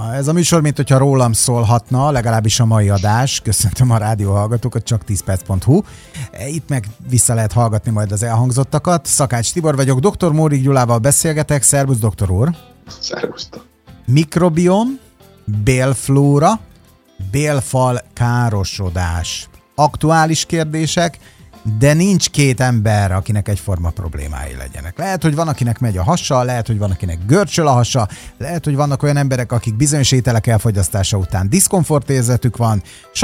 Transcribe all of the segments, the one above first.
Ez a műsor, mint hogyha rólam szólhatna, legalábbis a mai adás. Köszöntöm a rádióhallgatókat, csak 10perc.hu. Itt meg vissza lehet hallgatni majd az elhangzottakat. Szakács Tibor vagyok, dr. Mórik Gyulával beszélgetek. Szervusz, doktor úr! Szervusztok! Mikrobiom, bélflóra, bélfal károsodás. Aktuális kérdések, de nincs két ember, akinek egyforma problémái legyenek. Lehet, hogy van, akinek megy a hasa, lehet, hogy van, akinek görcsöl a hasa, lehet, hogy vannak olyan emberek, akik bizonyos ételek elfogyasztása után diszkomfortérzetük van,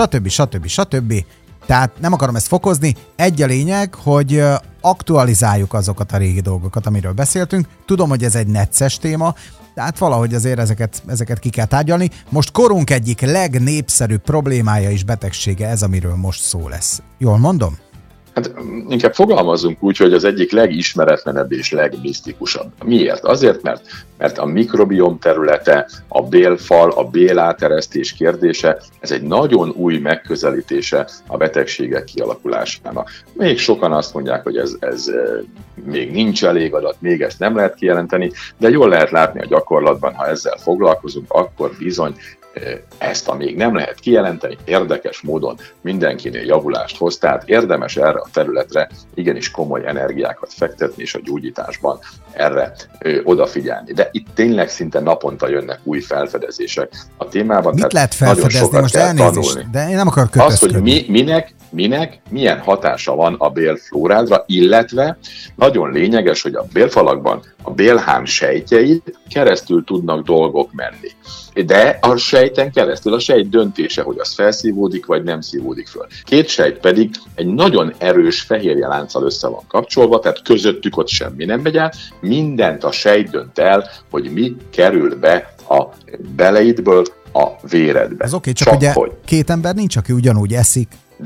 stb. Tehát nem akarom ezt fokozni. Egy a lényeg, hogy aktualizáljuk azokat a régi dolgokat, amiről beszéltünk. Tudom, hogy ez egy necces téma, tehát valahogy azért ezeket ki kell tárgyalni. Most korunk egyik legnépszerűbb problémája és betegsége ez, amiről most szó lesz. Jól mondom? Hát inkább fogalmazzunk úgy, hogy az egyik legismeretlenebb és legmisztikusabb. Miért? Azért, mert a mikrobiom területe, a bélfal, a béláteresztés kérdése, ez egy nagyon új megközelítése a betegségek kialakulásának. Még sokan azt mondják, hogy ez még nincs elég adat, még ezt nem lehet kijelenteni, de jól lehet látni a gyakorlatban, ha ezzel foglalkozunk, akkor bizony ezt, amíg nem lehet kijelenteni, érdekes módon mindenkinél javulást hoz, tehát érdemes erre a területre igenis komoly energiákat fektetni, és a gyógyításban erre odafigyelni. De itt tényleg szinte naponta jönnek új felfedezések a témában. Mit lehet felfedezni? Most elnézést, de én nem akarok kötözködni. Az, hogy minek milyen hatása van a bélflórádra, illetve nagyon lényeges, hogy a bélfalakban a bélhám sejtjei keresztül tudnak dolgok menni. De a sejten keresztül a sejt döntése, hogy az felszívódik, vagy nem szívódik föl. Két sejt pedig egy nagyon erős fehérjelánccal össze van kapcsolva, tehát közöttük ott semmi nem megy át, mindent a sejt dönt el, hogy mi kerül be a beleidből a véredbe. Ez oké, csak ugye két ember nincs, aki ugyanúgy eszik.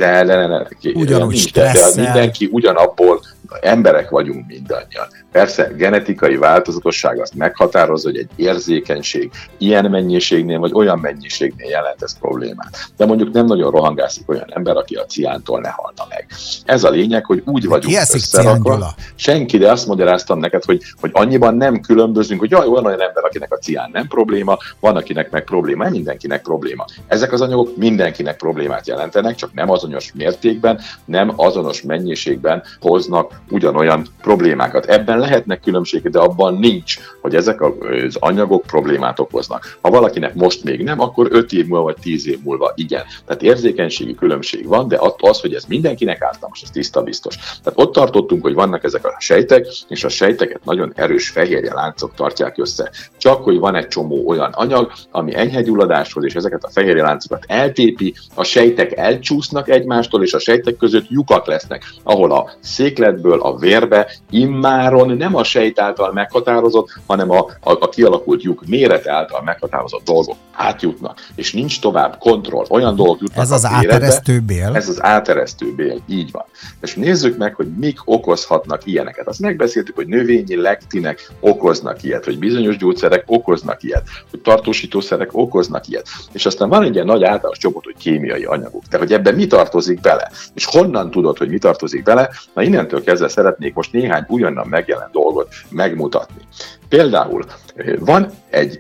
De ugyanúgy stresszel. Mindenki ugyanabból, emberek vagyunk mindannyian. Persze genetikai változatosság azt meghatározza, hogy egy érzékenység ilyen mennyiségnél vagy olyan mennyiségnél jelent ez problémát. De mondjuk nem nagyon rohangászik olyan ember, aki a ciántól ne halna meg. Ez a lényeg, hogy úgy vagyunk összerakva. Senki, de azt magyaráztam neked, hogy annyiban nem különbözünk, hogy jaj, van olyan ember, akinek a cián nem probléma, van, akinek meg probléma, mindenkinek probléma. Ezek az anyagok mindenkinek problémát jelentenek, csak nem azonos mértékben, nem azonos mennyiségben hoznak ugyanolyan problémákat. Ebben lehetnek különbségek, de abban nincs, hogy ezek az anyagok problémát okoznak. Ha valakinek most még nem, akkor 5 év múlva vagy 10 év múlva igen. Tehát érzékenységi különbség van, de az, hogy ez mindenkinek ártalmas, ez tiszta biztos. Tehát ott tartottunk, hogy vannak ezek a sejtek, és a sejteket nagyon erős fehérjeláncok tartják össze. Csak hogy van egy csomó olyan anyag, ami enyhe gyulladáshoz, és ezeket a fehérjeláncokat eltépi, a sejtek elcsúsznak egymástól, és a sejtek között lyukak lesznek, ahol a székletből a vérbe immáron nem a sejt által meghatározott, hanem a kialakult lyuk mérete által meghatározott dolgok átjutnak, és nincs tovább kontroll. Olyan dolgok jutnak ez az áteresztő bél. Ez az áteresztő bél, így van. És nézzük meg, hogy mik okozhatnak ilyeneket. Azt megbeszéltük, hogy növényi lektinek okoznak ilyet, hogy bizonyos gyógyszerek okoznak ilyet, hogy tartósítószerek okoznak ilyet. És aztán van egy ilyen nagy általános csoport, hogy kémiai anyagok. Tehát, hogy ebben mi tartozik bele? És honnan tudod, hogy mi tartozik bele? Na, innentől kezdve szeretnék most néhány újonnan megjelent dolgot megmutatni. Például van egy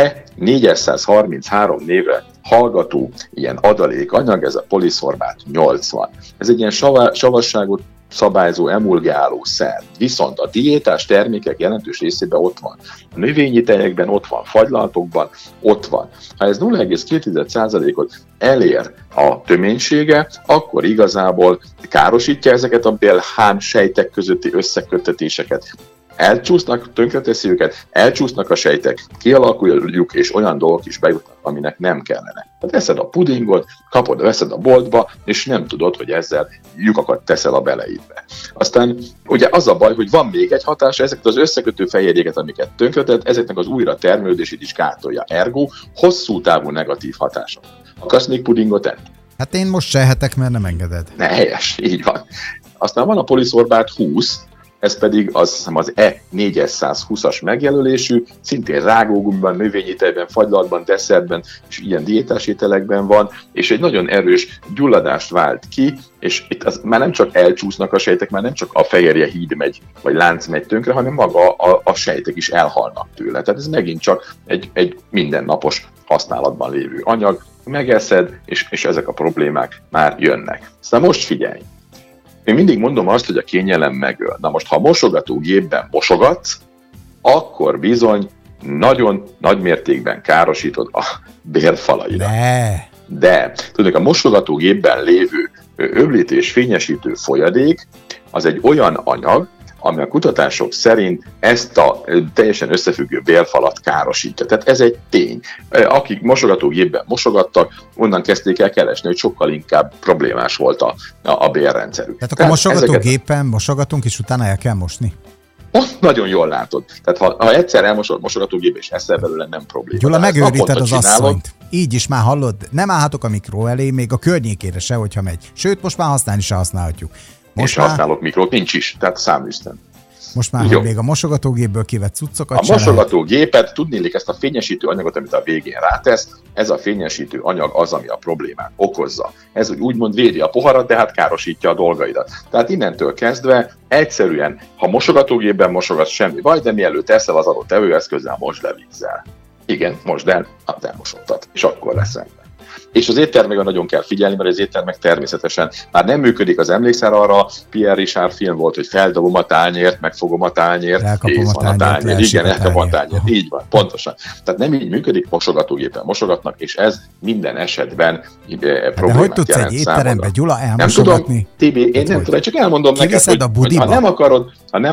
E433 névre hallgató ilyen adalékanyag, ez a poliszorbát 80. Ez egy ilyen savasságot szabályzó emulgáló szer. Viszont a diétás termékek jelentős részében ott van. A növényi tejekben ott van, fagylaltokban ott van. Ha ez 0,2%-ot elér a töménysége, akkor igazából károsítja ezeket a bélhám sejtek közötti összeköttetéseket. Elcsúsznak, tönkreteszi őket, elcsúsznak a sejtek, kialakuljuk, és olyan dolgok is bejutnak, aminek nem kellene. Tehát veszed a pudingot, veszed a boltba, és nem tudod, hogy ezzel lyukakat teszel a beleidbe. Aztán ugye az a baj, hogy van még egy hatása, ezeket az összekötő fehérjéket, amiket tönkretett, ezeknek az újra termelődését is gátolja. Ergo hosszú távú negatív hatása. Akarsz még pudingot enni? Hát én most se ehetek, mert nem engeded. Ne, helyes, így van. Aztán van a poliszorbát 20, ez pedig az E420-as megjelölésű, szintén rágógumban, növényi tejben, fagylaltban, desszertben és ilyen diétás ételekben van, és egy nagyon erős gyulladást vált ki, és itt már nem csak elcsúsznak a sejtek, már nem csak a fehérje híd megy, vagy lánc megy tönkre, hanem maga a sejtek is elhalnak tőle. Tehát ez megint csak egy mindennapos használatban lévő anyag, megeszed, és ezek a problémák már jönnek. Aztán most figyelj! Én mindig mondom azt, hogy a kényelem megöl. Na most, ha a mosogatógépben mosogatsz, akkor bizony nagyon nagy mértékben károsítod a bélfalaira. De tudod, a mosogatógépben lévő öblítés fényesítő folyadék az egy olyan anyag, ami a kutatások szerint ezt a teljesen összefüggő bélfalat károsítja. Tehát ez egy tény. Akik mosogatógépben mosogattak, onnan kezdték el keresni, hogy sokkal inkább problémás volt a bélrendszerük. Tehát akkor mosogatógépen mosogatunk, és utána el kell mosni? Nagyon jól látod. Tehát ha egyszer elmosod mosogatógépbe, és eszel belőle, nem probléma. Gyula, megőríted az asszonyt. Így is már hallod, nem állhatok a mikró elé, még a környékére se, hogyha megy. Sőt, most már használni se használhatjuk. És használok mikrót, nincs is, tehát száműztem. Most már, hogy még a mosogatógépből kivett cuccokat a mosogatógépet, tudnélik ezt a fényesítő anyagot, amit a végén rátesz, ez a fényesítő anyag az, ami a problémát okozza. Ez úgymond védi a poharat, de hát károsítja a dolgaidat. Tehát innentől kezdve egyszerűen, ha mosogatógépben mosogatsz, semmi baj, de mielőtt eszel az adott evőeszközzel, mosd le vízzel. Igen, mosd el, hát elmosottad, és akkor lesz rendben. És az éttermekben nagyon kell figyelni, mert az éttermek természetesen már nem működik. Az emlékszel arra, Pierre Richard film volt, hogy feldobom a tányért, megfogom a tányért, kész van a tányért. Igen, elkapom a tányért. Így van, pontosan. Tehát nem így működik, mosogatógépen mosogatnak, és ez minden esetben problémát jelent. De hogy tudsz egy étterembe, Gyula, elmosogatni? Nem tudom, Tibi, én nem tudom, csak elmondom neked, hogy ha nem akarod,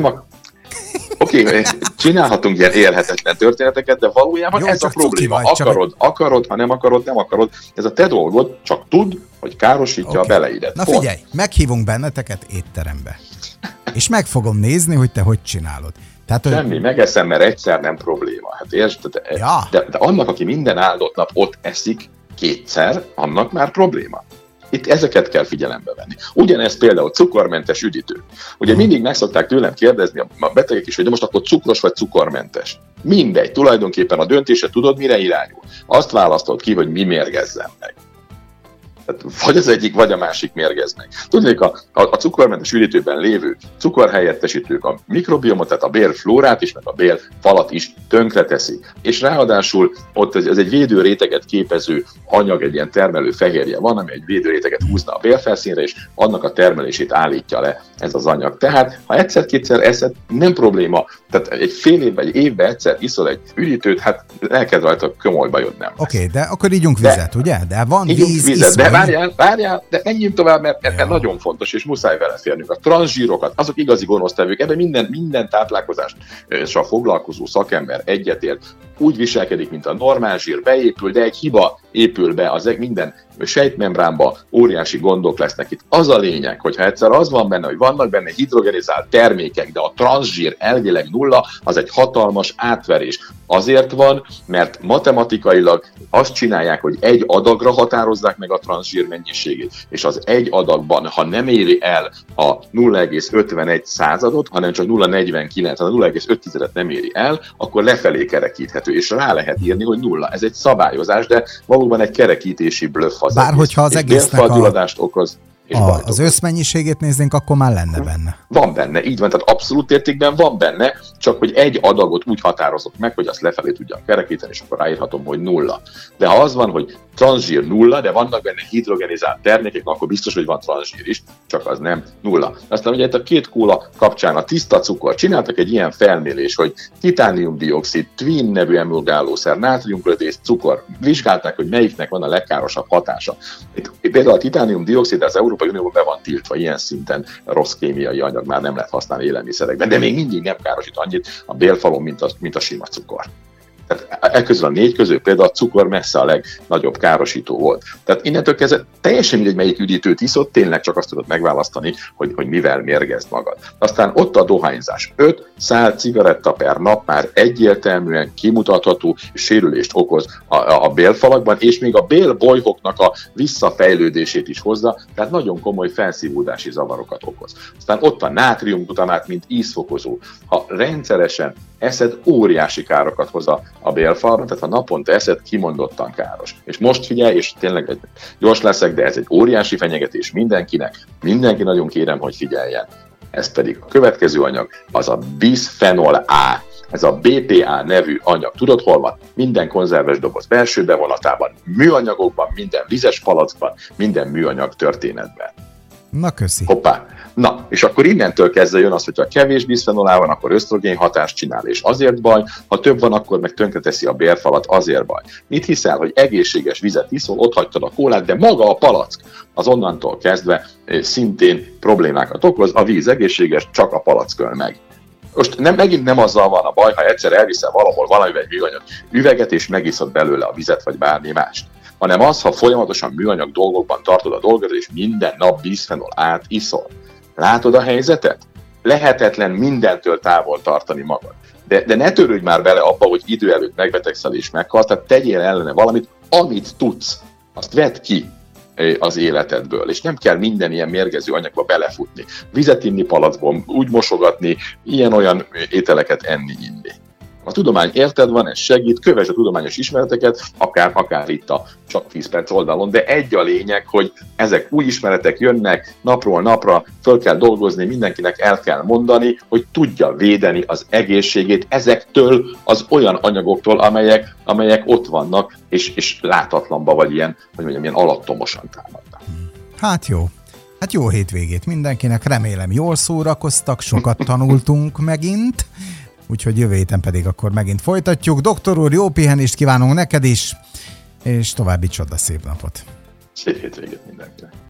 Oké, csinálhatunk ilyen élhetetlen történeteket, de valójában jó, ez a probléma. Akarod, ha nem akarod, nem akarod. Ez a te dolgod, csak tudd, hogy károsítja a beleidet. Na figyelj, meghívunk benneteket étterembe. És meg fogom nézni, hogy te hogy csinálod. Tehát, semmi, megeszem, mert egyszer nem probléma. Hát érted? Ja. De annak, aki minden áldott nap ott eszik kétszer, annak már probléma. Itt ezeket kell figyelembe venni. Ugyanez például cukormentes üdítő. Ugye mindig meg szokták tőlem kérdezni a betegek is, hogy de most akkor cukros vagy cukormentes. Mindegy, tulajdonképpen a döntése tudod, mire irányul. Azt választod ki, hogy mi mérgezzen meg. Tehát vagy az egyik, vagy a másik mérgez meg. Tudnék, a cukormentes üdítőben lévő cukorhelyettesítők a mikrobiomot, tehát a bélflórát is, meg a bélfalat is tönkreteszi. És ráadásul ott ez egy védőréteget képező anyag, egy ilyen termelő fehérje van, ami egy védőréteget húzna a bélfelszínre, és annak a termelését állítja le ez az anyag. Tehát, ha egyszer-kétszer eszed, nem probléma. Tehát egy fél év vagy évben egyszer iszol egy üdítőt, hát elkezd rajta komoly bajod nem. Oké, de akkor ígyunk vizet, ugye? De van víz, de várjál, de menjünk tovább, mert nagyon fontos, és muszáj vele férnünk. A transzsírokat, azok igazi gonosztevők, ebben minden táplálkozással foglalkozó szakember egyetért, úgy viselkedik, mint a normál zsír, beépül, de egy hiba épül be az minden sejtmembránba, óriási gondok lesznek itt. Az a lényeg, hogyha egyszer az van benne, hogy vannak benne hidrogenizált termékek, de a transzsír elvileg nulla, az egy hatalmas átverés. Azért van, mert matematikailag azt csinálják, hogy egy adagra határozzák meg a transzsír mennyiségét, és az egy adagban, ha nem éri el a 0,51%, hanem csak 0,49, hanem 0,5-et nem éri el, akkor lefelé kerekíthető, és rá lehet írni, hogy nulla. Ez egy szabályozás, de valóban egy kerekítési blöff az bár hogyha az egésznek okoz. Az összmennyiségét néznénk, akkor már lenne benne. Van benne, így van, tehát abszolút értékben van benne, csak hogy egy adagot úgy határozok meg, hogy azt lefelé tudjam kerekíteni, és akkor ráírhatom, hogy nulla. De ha az van, hogy transzsír nulla, de vannak benne hidrogenizált termékek, akkor biztos, hogy van transzsír is, csak az nem nulla. Aztán ugye itt a két kóla kapcsán a tiszta cukor. Csináltak egy ilyen felmérés, hogy titánium-dioxid, twin nevű emulgálószer, nátriumklötész, cukor. Vizsgálták, hogy melyiknek van a legkárosabb hatása. Itt például a titánium-dioxid az Európai Unióban be van tiltva, ilyen szinten rossz kémiai anyag már nem lehet használni élelmiszerekben, de még mindig nem károsít annyit a bélfalon, mint a sima cukor. Tehát közül a 4 közül például a cukor messze a legnagyobb károsító volt. Tehát innentől kezdve teljesen mindegy, melyik üdítőt iszod, tényleg csak azt tudod megválasztani, hogy mivel mérgezd magad. Aztán ott a dohányzás. 5 szál cigaretta per nap már egyértelműen kimutatható sérülést okoz a bélfalakban, és még a bélbolyhoknak a visszafejlődését is hozza, tehát nagyon komoly felszívódási zavarokat okoz. Aztán ott a nátriumglutamát, mint ízfokozó. Ha rendszeresen eszed, óriási károkat hoz a bélfalban, tehát ha naponta eszed, kimondottan káros. És most figyelj, és tényleg gyors leszek, de ez egy óriási fenyegetés mindenkinek, mindenki nagyon kérem, hogy figyeljen. Ez pedig a következő anyag, az a bisphenol A. Ez a BPA nevű anyag. Tudod, hol van? Minden konzerves doboz belső bevonatában, műanyagokban, minden vizes palackban, minden műanyag történetben. Na, köszi. Hoppá. Na, és akkor innentől kezdve jön az, hogyha kevés bisphenol A van, akkor ösztrogén hatást csinál, és azért baj, ha több van, akkor meg tönkreteszi a bélfalat, azért baj. Mit hiszel, hogy egészséges vizet iszol, ott hagytad a kólát, de maga a palack az onnantól kezdve szintén problémákat okoz, a víz egészséges, csak a palack öl meg. Most megint nem azzal van a baj, ha egyszer elviszel valahol valamivel egy műanyag üveget, és megiszod belőle a vizet, vagy bármi mást, hanem az, ha folyamatosan műanyag dolgokban tartod a dolgot, és minden nap bisphenol A-t iszol. Látod a helyzetet? Lehetetlen mindentől távol tartani magad. De ne törődj már bele abba, hogy idő előtt megbetegszel és meghalsz, tehát tegyél ellene valamit, amit tudsz. Azt vedd ki az életedből, és nem kell minden ilyen mérgező anyagba belefutni. Vizet inni palackból, úgy mosogatni, ilyen-olyan ételeket enni-inni. A tudomány érted van, ez segít, kövesd a tudományos ismereteket, akár itt a Csak 10 perc oldalon, de egy a lényeg, hogy ezek új ismeretek jönnek, napról napra föl kell dolgozni, mindenkinek el kell mondani, hogy tudja védeni az egészségét ezektől az olyan anyagoktól, amelyek ott vannak, és látatlanba vagy ilyen alattomosan támadnak. Hát jó. Hát jó hétvégét mindenkinek, remélem jól szórakoztak, sokat tanultunk megint. Úgyhogy jövő héten pedig akkor megint folytatjuk. Doktor úr, jó pihenést kívánunk neked is, és további csodaszép napot. Szép hétvégét mindenkinek.